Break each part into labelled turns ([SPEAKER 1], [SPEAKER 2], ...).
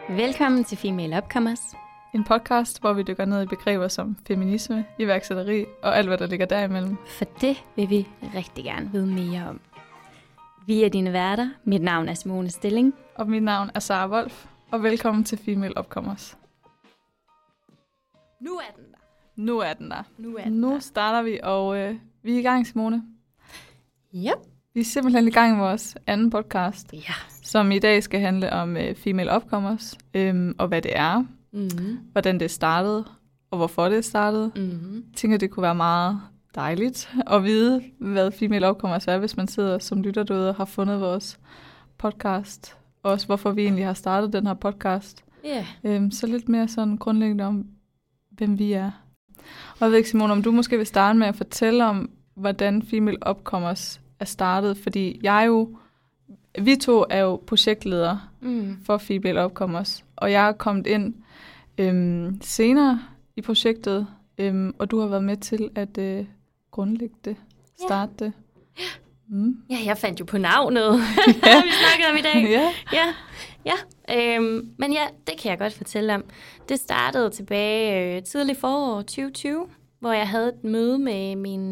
[SPEAKER 1] Velkommen til Female Upcomers.
[SPEAKER 2] En podcast, hvor vi dykker ned i begreber som feminisme, iværksætteri og alt, hvad der ligger derimellem.
[SPEAKER 1] For det vil vi rigtig gerne vide mere om. Vi er dine værter. Mit navn er Simone Stilling.
[SPEAKER 2] Og mit navn er Sara Wolf. Og velkommen til Female Upcomers.
[SPEAKER 1] Nu er den der.
[SPEAKER 2] Nu starter vi, og vi er i gang, Simone.
[SPEAKER 1] Yep.
[SPEAKER 2] Vi er simpelthen i gang med vores anden podcast, som i dag skal handle om Female Upcomers, og hvad det er, hvordan det startede, og hvorfor det startede. Jeg tænker, det kunne være meget dejligt at vide, hvad Female Upcomers er, hvis man sidder som lytter derude og har fundet vores podcast. Og også hvorfor vi egentlig har startet den her podcast. Så lidt mere sådan grundlæggende om, hvem vi er. Og jeg ved ikke, Simone, om du måske vil starte med at fortælle om, hvordan Female Upcomers er startet, fordi vi to er jo projektledere for Female Upcomers, og jeg er kommet ind senere i projektet, og du har været med til at grundlægge det, starte det.
[SPEAKER 1] Ja, jeg fandt jo på navnet, vi snakkede om i dag. Men ja, det kan jeg godt fortælle om. Det startede tilbage tidlig forår 2020, hvor jeg havde et møde med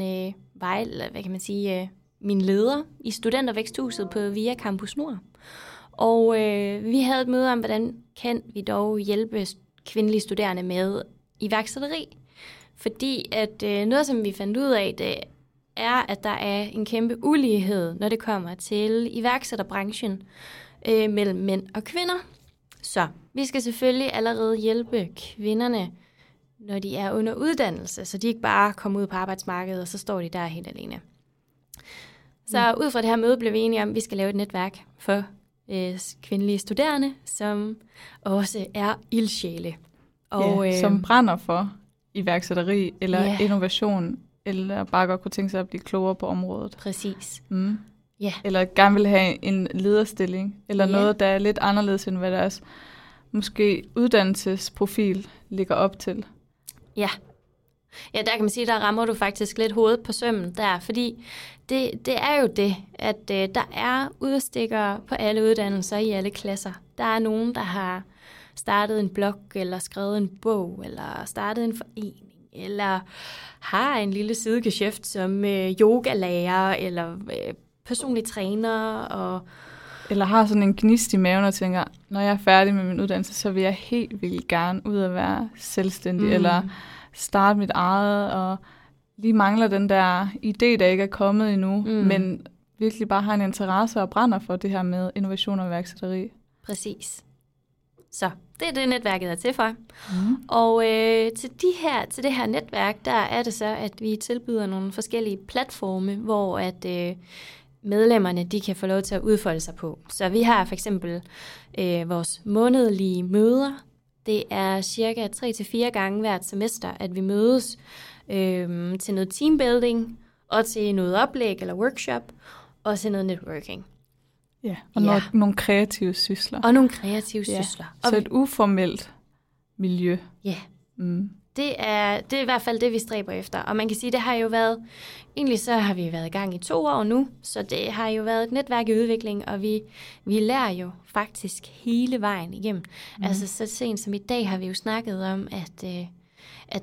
[SPEAKER 1] min leder i Studentervæksthuset på VIA Campus Nord. Og vi havde et møde om, hvordan kan vi dog hjælpe kvindelige studerende med iværksætteri. Fordi at noget, som vi fandt ud af, det er, at der er en kæmpe ulighed, når det kommer til iværksætterbranchen mellem mænd og kvinder. Så vi skal selvfølgelig allerede hjælpe kvinderne, når de er under uddannelse, så de ikke bare kommer ud på arbejdsmarkedet, og så står de der helt alene. Så ud fra det her møde blev vi enige om, at vi skal lave et netværk for kvindelige studerende, som også er ildsjæle. Og,
[SPEAKER 2] som brænder for iværksætteri eller innovation, eller bare godt kunne tænke sig at blive klogere på området.
[SPEAKER 1] Præcis.
[SPEAKER 2] Eller gerne vil have en lederstilling, eller noget, der er lidt anderledes, end hvad deres måske uddannelsesprofil ligger op til. Ja,
[SPEAKER 1] der kan man sige, der rammer du faktisk lidt hovedet på sømmen der, fordi det er jo det, at der er udstikkere på alle uddannelser i alle klasser. Der er nogen, der har startet en blog, eller skrevet en bog, eller startet en forening, eller har en lille sidegeschæft som yogalærer, eller personlig træner,
[SPEAKER 2] eller har sådan en gnist i maven og tænker, når jeg er færdig med min uddannelse, så vil jeg helt vildt gerne ud at være selvstændig, eller starte mit eget, og lige mangler den der idé, der ikke er kommet endnu, men virkelig bare har en interesse og brænder for det her med innovation og iværksætteri.
[SPEAKER 1] Præcis. Så det er det, netværket er til for. Og til det her netværk, der er det så, at vi tilbyder nogle forskellige platforme, hvor at medlemmerne de kan få lov til at udfolde sig på. Så vi har for eksempel vores månedlige møder. Det er cirka 3-4 gange hvert semester, at vi mødes til noget teambuilding, og til noget oplæg eller workshop, og til noget networking.
[SPEAKER 2] Ja, og nogle kreative sysler.
[SPEAKER 1] Sysler.
[SPEAKER 2] Så et uformelt miljø.
[SPEAKER 1] Ja. Det er i hvert fald det, vi stræber efter. Og man kan sige, det har jo været, egentlig så har vi været i gang i 2 år nu, så det har jo været et netværk i udvikling, og vi lærer jo faktisk hele vejen igennem. Altså så sent som i dag har vi jo snakket om, at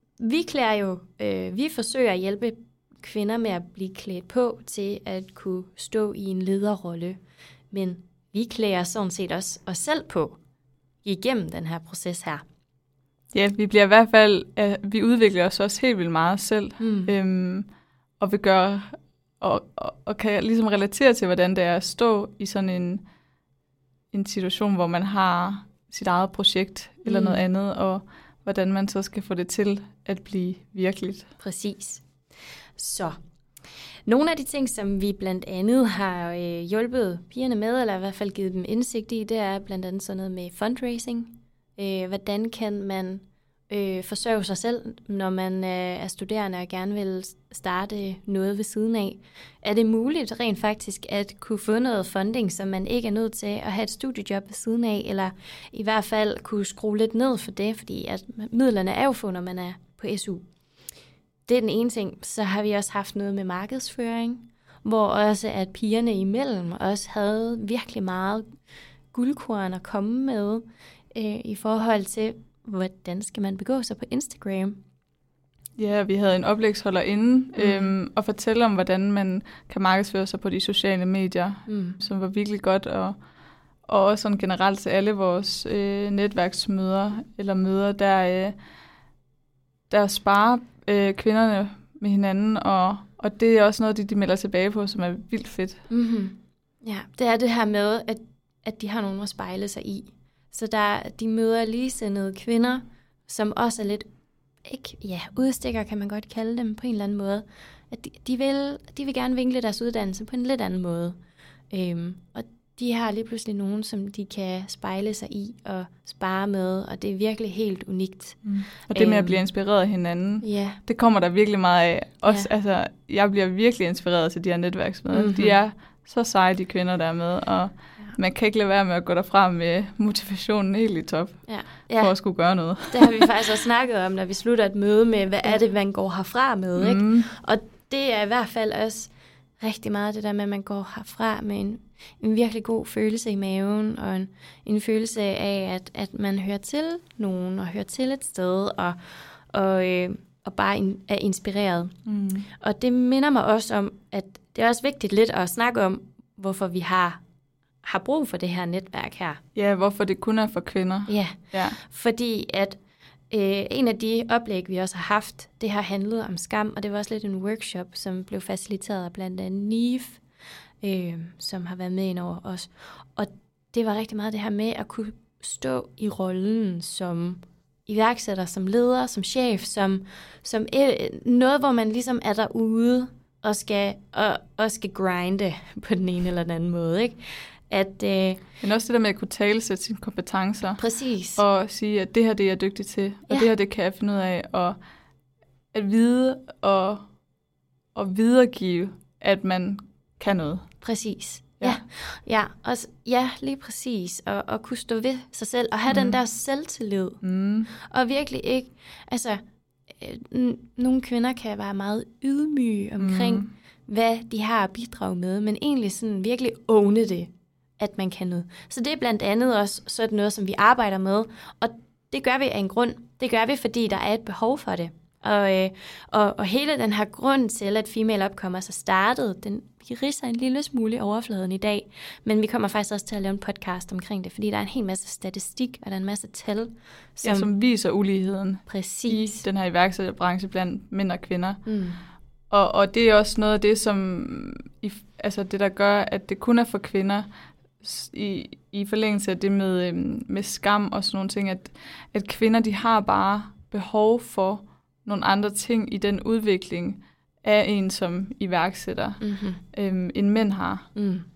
[SPEAKER 1] vi forsøger at hjælpe kvinder med at blive klædt på til at kunne stå i en lederrolle, men vi klæder sådan set også os selv på igennem den her proces her.
[SPEAKER 2] Ja, vi bliver i hvert fald, vi udvikler os også helt vildt meget selv, og vil gøre, og kan ligesom relatere til, hvordan det er at stå i sådan en situation, hvor man har sit eget projekt eller noget andet, og hvordan man så skal få det til at blive virkeligt.
[SPEAKER 1] Præcis. Så nogle af de ting, som vi blandt andet har hjulpet pigerne med, eller i hvert fald givet dem indsigt i, det er blandt andet sådan noget med fundraising. Hvordan kan man forsørge sig selv, når man er studerende og gerne vil starte noget ved siden af? Er det muligt rent faktisk at kunne få noget funding, så man ikke er nødt til at have et studiejob ved siden af, eller i hvert fald kunne skrue lidt ned for det, fordi at midlerne er jo få, når man er på SU. Det er den ene ting. Så har vi også haft noget med markedsføring, hvor også at pigerne imellem også havde virkelig meget guldkorn at komme med i forhold til, hvordan skal man begå sig på Instagram.
[SPEAKER 2] Ja, vi havde en oplægsholder inde og fortælle om, hvordan man kan markedsføre sig på de sociale medier, som var virkelig godt, og også sådan generelt til alle vores netværksmøder eller møder, der sparer kvinderne med hinanden, og det er også noget, de melder tilbage på, som er vildt fedt.
[SPEAKER 1] Mm-hmm. Ja, det er det her med, at de har nogen at spejle sig i. Så de møder ligesindede kvinder, som også er lidt, udstikker kan man godt kalde dem på en eller anden måde. At de vil gerne vinkle deres uddannelse på en lidt anden måde. Og de har lige pludselig nogen, som de kan spejle sig i og spare med, og det er virkelig helt unikt.
[SPEAKER 2] Og det med at blive inspireret af hinanden, det kommer der virkelig meget af. Også, altså, jeg bliver virkelig inspireret til de her netværksmøder. Mm-hmm. De er så seje, de kvinder, der er med, og man kan ikke lade være med at gå derfra med motivationen helt i top, for at skulle gøre noget.
[SPEAKER 1] Det har vi faktisk også snakket om, når vi slutter et møde med, hvad er det, man går herfra med, ikke? Og det er i hvert fald også rigtig meget det der med, at man går herfra med en virkelig god følelse i maven, og en følelse af, at man hører til nogen, og hører til et sted, og bare er inspireret. Og det minder mig også om, at det er også vigtigt lidt at snakke om, hvorfor vi har brug for det her netværk her.
[SPEAKER 2] Ja, hvorfor det kun er for kvinder.
[SPEAKER 1] Ja. Fordi at en af de oplæg, vi også har haft, det har handlet om skam, og det var også lidt en workshop, som blev faciliteret af blandt andet NIF, som har været med ind over os. Og det var rigtig meget det her med at kunne stå i rollen som iværksætter, som leder, som chef, som noget, hvor man ligesom er derude og skal grinde på den ene eller den anden måde, ikke?
[SPEAKER 2] Men også det der med at kunne talesætte sine kompetencer.
[SPEAKER 1] Præcis.
[SPEAKER 2] Og sige, at det her det er jeg dygtig til, og det her det kan jeg finde ud af, og at vide og videregive, at man kan noget.
[SPEAKER 1] Præcis. Ja, lige præcis. Og kunne stå ved sig selv, og have den der selvtillid. Og virkelig ikke, altså, nogle kvinder kan være meget ydmyge omkring, hvad de har at bidrage med, men egentlig sådan virkelig owne det, at man kan noget. Så det er blandt andet også sådan noget, som vi arbejder med, og det gør vi af en grund. Det gør vi, fordi der er et behov for det. Og hele den her grund til, at Female Upcomers er startet, vi ridser en lille smule i overfladen i dag, men vi kommer faktisk også til at lave en podcast omkring det, fordi der er en hel masse statistik, og der er en masse tal,
[SPEAKER 2] som viser uligheden
[SPEAKER 1] i
[SPEAKER 2] den her iværksætterbranche blandt mænd og kvinder. Og det er også noget af det, som altså det, der gør, at det kun er for kvinder, i forlængelse af det med skam og sådan nogle ting, at kvinder, de har bare behov for nogle andre ting i den udvikling af en som iværksætter, end mænd har.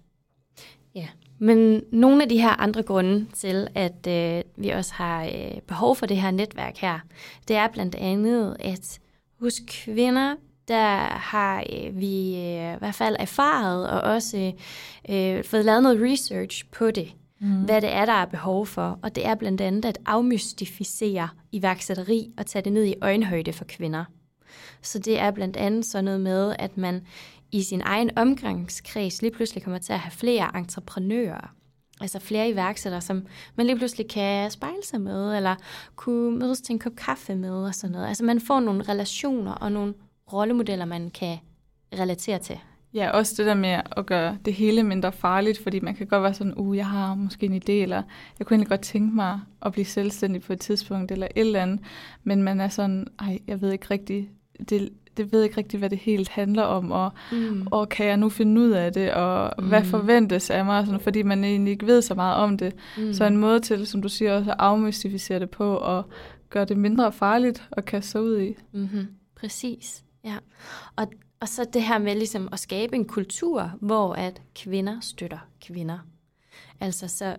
[SPEAKER 1] Ja, men nogle af de her andre grunde til, at vi også har behov for det her netværk her, det er blandt andet, at hos kvinder, der har vi i hvert fald erfaret og også fået lavet noget research på det, hvad det er, der er behov for. Og det er blandt andet at afmystificere iværksætteri og tage det ned i øjenhøjde for kvinder. Så det er blandt andet sådan noget med, at man i sin egen omgangskreds lige pludselig kommer til at have flere entreprenører. Altså flere iværksættere, som man lige pludselig kan spejle sig med, eller kunne mødes til en kop kaffe med og sådan noget. Altså man får nogle relationer og nogle rollemodeller, man kan relatere til.
[SPEAKER 2] Ja, også det der med at gøre det hele mindre farligt, fordi man kan godt være sådan, jeg har måske en idé, eller jeg kunne egentlig godt tænke mig at blive selvstændig på et tidspunkt, eller et eller andet, men man er sådan, jeg ved ikke rigtigt, det ved ikke rigtigt, hvad det helt handler om, og kan jeg nu finde ud af det, og hvad forventes af mig, sådan, fordi man egentlig ikke ved så meget om det. Så en måde til, som du siger, også at afmystificere det på, og gøre det mindre farligt at kaste sig ud i.
[SPEAKER 1] Præcis, ja. Og så det her med ligesom at skabe en kultur, hvor at kvinder støtter kvinder. Altså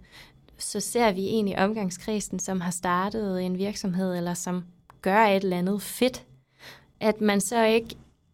[SPEAKER 1] så ser vi en i omgangskredsen, som har startet en virksomhed, eller som gør et eller andet fedt, at man så ikke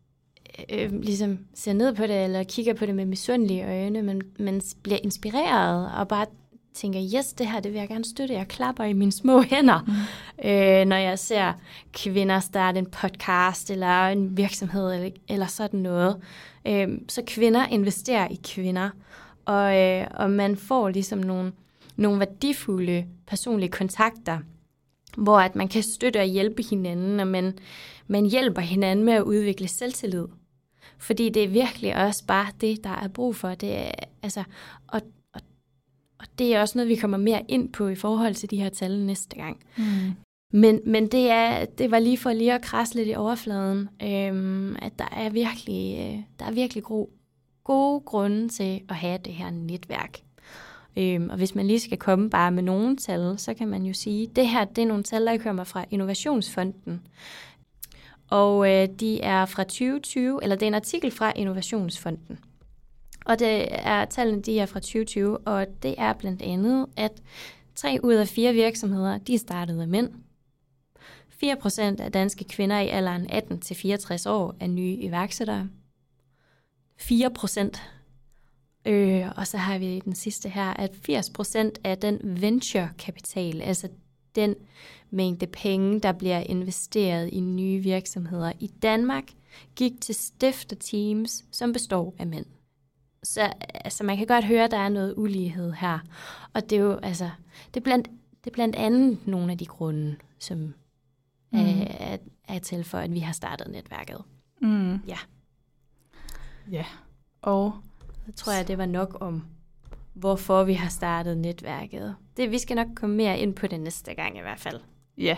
[SPEAKER 1] ligesom ser ned på det, eller kigger på det med misundelige øjne, men man bliver inspireret, og bare tænker, yes, det her, det vil jeg gerne støtte. Jeg klapper i mine små hænder, når jeg ser kvinder starte en podcast, eller en virksomhed, eller sådan noget. Så kvinder investerer i kvinder, og man får ligesom nogle værdifulde personlige kontakter, hvor at man kan støtte og hjælpe hinanden, og man hjælper hinanden med at udvikle selvtillid. Fordi det er virkelig også bare det, der er brug for. Det er, altså, og det er også noget, vi kommer mere ind på i forhold til de her tal næste gang. Men det var lige for lige at krasse lidt i overfladen, at der er virkelig gode grunde til at have det her netværk. Og hvis man lige skal komme bare med nogle tal, så kan man jo sige, at det her det er nogle tal, der kommer fra Innovationsfonden. Og de er fra 2020, eller det er en artikel fra Innovationsfonden. Og tallene de er fra 2020, og det er blandt andet, at 3 ud af 4 virksomheder, de er startet af mænd. 4% af danske kvinder i alderen 18-64 år er nye iværksættere. 4%. Og så har vi den sidste her, at 80% af den venture-kapital, altså den mængde penge, der bliver investeret i nye virksomheder i Danmark, gik til stifterteams, som består af mænd. Så altså, man kan godt høre, at der er noget ulighed her. Og det er jo altså, det er blandt andet nogle af de grunde, som er til for, at vi har startet netværket. Ja.
[SPEAKER 2] Ja, og
[SPEAKER 1] så tror jeg, det var nok om, hvorfor vi har startet netværket. Vi skal nok komme mere ind på det næste gang i hvert fald.
[SPEAKER 2] Ja.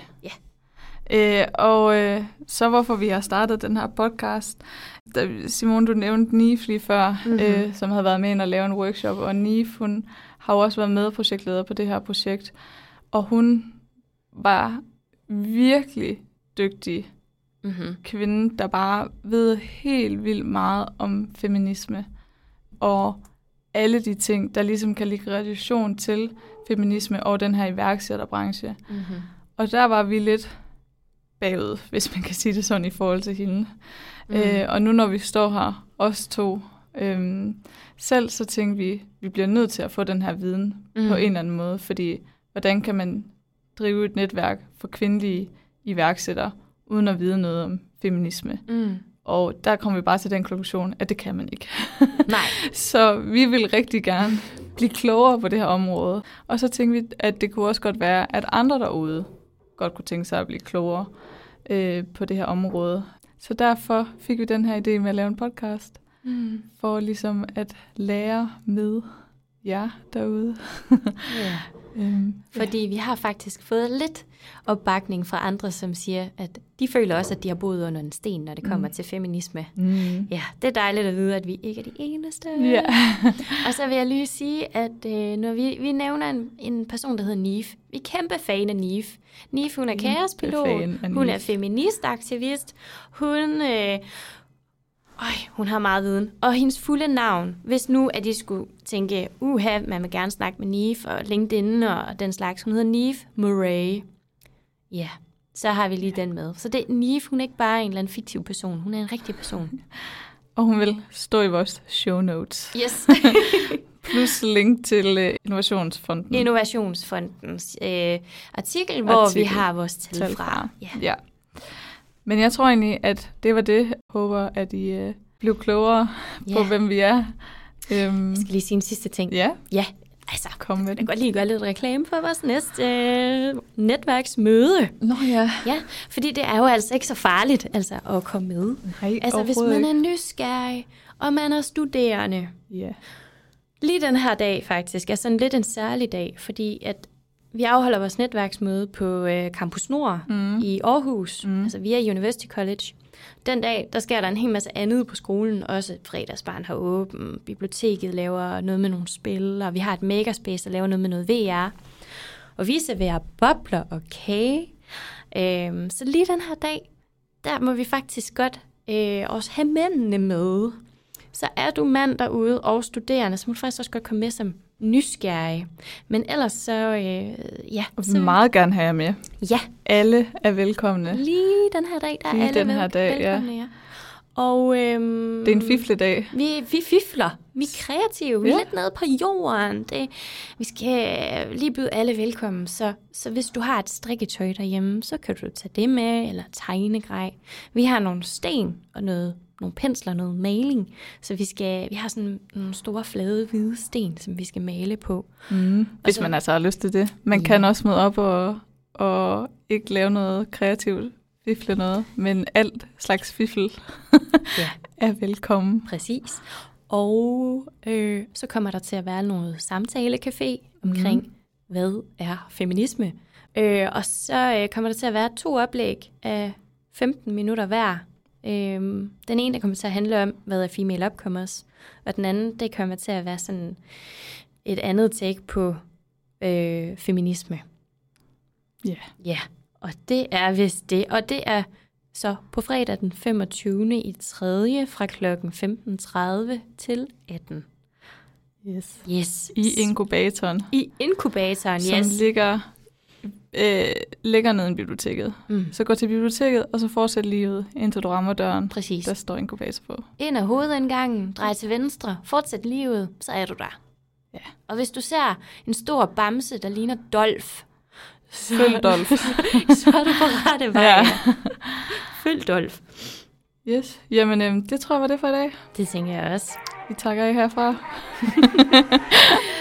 [SPEAKER 2] Så hvorfor vi har startet den her podcast. Simone, du nævnte NIF lige før, som havde været med ind og lave en workshop, og NIF, hun har jo også været medprojektleder på det her projekt, og hun var virkelig dygtig kvinde, der bare ved helt vildt meget om feminisme, og alle de ting, der ligesom kan ligge relation til feminisme og den her iværksætterbranche. Og der var vi lidt bagud, hvis man kan sige det sådan, i forhold til hende. Og nu når vi står her, os to, selv så tænkte vi bliver nødt til at få den her viden på en eller anden måde, fordi hvordan kan man drive et netværk for kvindelige iværksættere, uden at vide noget om feminisme? Og der kom vi bare til den konklusion, at det kan man ikke.
[SPEAKER 1] Nej.
[SPEAKER 2] Så vi vil rigtig gerne blive klogere på det her område. Og så tænkte vi, at det kunne også godt være, at andre derude godt kunne tænke sig at blive klogere på det her område. Så derfor fik vi den her idé med at lave en podcast, for ligesom at lære med jer derude.
[SPEAKER 1] Fordi vi har faktisk fået lidt opbakning fra andre, som siger, at de føler også, at de har boet under en sten, når det kommer til feminisme. Ja, det er dejligt at vide, at vi ikke er de eneste. Og så vil jeg lige sige, at når vi nævner en person, der hedder NIF. Vi er kæmpe fan af NIF. NIF, hun er kaospilot, hun er feministaktivist, hun har meget viden. Og hendes fulde navn, hvis nu at de skulle tænke, man vil gerne snakke med NIF og LinkedIn og den slags. Hun hedder NIF Murray. Ja, så har vi lige den med. Så det NIF, hun er ikke bare en eller anden fiktiv person. Hun er en rigtig person.
[SPEAKER 2] Og hun vil stå i vores show notes.
[SPEAKER 1] Yes.
[SPEAKER 2] Plus link til Innovationsfonden.
[SPEAKER 1] Innovationsfondens artikel, hvor vi har vores tal fra.
[SPEAKER 2] Ja. Men jeg tror egentlig, at det var det. Jeg håber, at I blev klogere på, hvem vi er.
[SPEAKER 1] Jeg skal lige sige en sidste ting.
[SPEAKER 2] Ja.
[SPEAKER 1] Altså,
[SPEAKER 2] kom med
[SPEAKER 1] jeg kan godt lige gøre lidt reklame for vores næste netværksmøde.
[SPEAKER 2] Nå ja.
[SPEAKER 1] Ja, fordi det er jo altså ikke så farligt at komme med.
[SPEAKER 2] Nej,
[SPEAKER 1] altså, hvis man er nysgerrig, og man er studerende.
[SPEAKER 2] Ja.
[SPEAKER 1] Lige den her dag faktisk er sådan lidt en særlig dag, fordi at vi afholder vores netværksmøde på Campus Nord i Aarhus, altså via University College. Den dag, der sker der en hel masse andet på skolen, også fredagsbarn har åben, biblioteket laver noget med nogle spil, og vi har et makerspace, der laver noget med noget VR. Og vi serverer bobler og kage. Så lige den her dag, der må vi faktisk godt også have mændene med. Så er du mand derude og studerende, så må du faktisk også godt komme med som nysgerrig. Men ellers så,
[SPEAKER 2] Og vi vil meget gerne have jer med.
[SPEAKER 1] Ja.
[SPEAKER 2] Alle er velkomne.
[SPEAKER 1] Lige den her dag, der er alle velkomne, ja. Og,
[SPEAKER 2] det er en fifledag.
[SPEAKER 1] Vi fifler. Vi er kreative. Vi er lidt nede på jorden. Vi skal lige byde alle velkommen. Så hvis du har et strikketøj derhjemme, så kan du tage det med, eller tegnegrej. Vi har nogle sten og noget nogle pensler, noget maling. Så vi har sådan nogle store flade hvide sten, som vi skal male på.
[SPEAKER 2] Hvis man altså har lyst til det. Man kan også møde op og ikke lave noget kreativt, fifle noget, men alt slags fiffel er velkommen.
[SPEAKER 1] Præcis. Og så kommer der til at være noget samtalecafé omkring, hvad er feminisme. Og så kommer der til at være 2 oplæg af 15 minutter hver. Den ene, der kommer til at handle om, hvad er female upcomers, og den anden, det kommer til at være sådan et andet take på feminisme. Ja, og det er vist det. Og det er så på fredag den 25. i 3. fra klokken 15:30 til 18. Yes.
[SPEAKER 2] I inkubatoren.
[SPEAKER 1] I inkubatoren,
[SPEAKER 2] som ligger nede i biblioteket. Så gå til biblioteket, og så fortsæt livet, indtil du rammer døren.
[SPEAKER 1] Præcis.
[SPEAKER 2] Der står inkubator på.
[SPEAKER 1] Ind ad hovedindgangen, drej til venstre, fortsæt livet, så er du der.
[SPEAKER 2] Ja.
[SPEAKER 1] Og hvis du ser en stor bamse, der ligner Dolf,
[SPEAKER 2] Følg Dolf.
[SPEAKER 1] så er du på rette vej. Ja. Følg Dolf.
[SPEAKER 2] Yes. Jamen, det tror jeg var det for i dag.
[SPEAKER 1] Det tænker jeg også.
[SPEAKER 2] Vi takker jer herfra.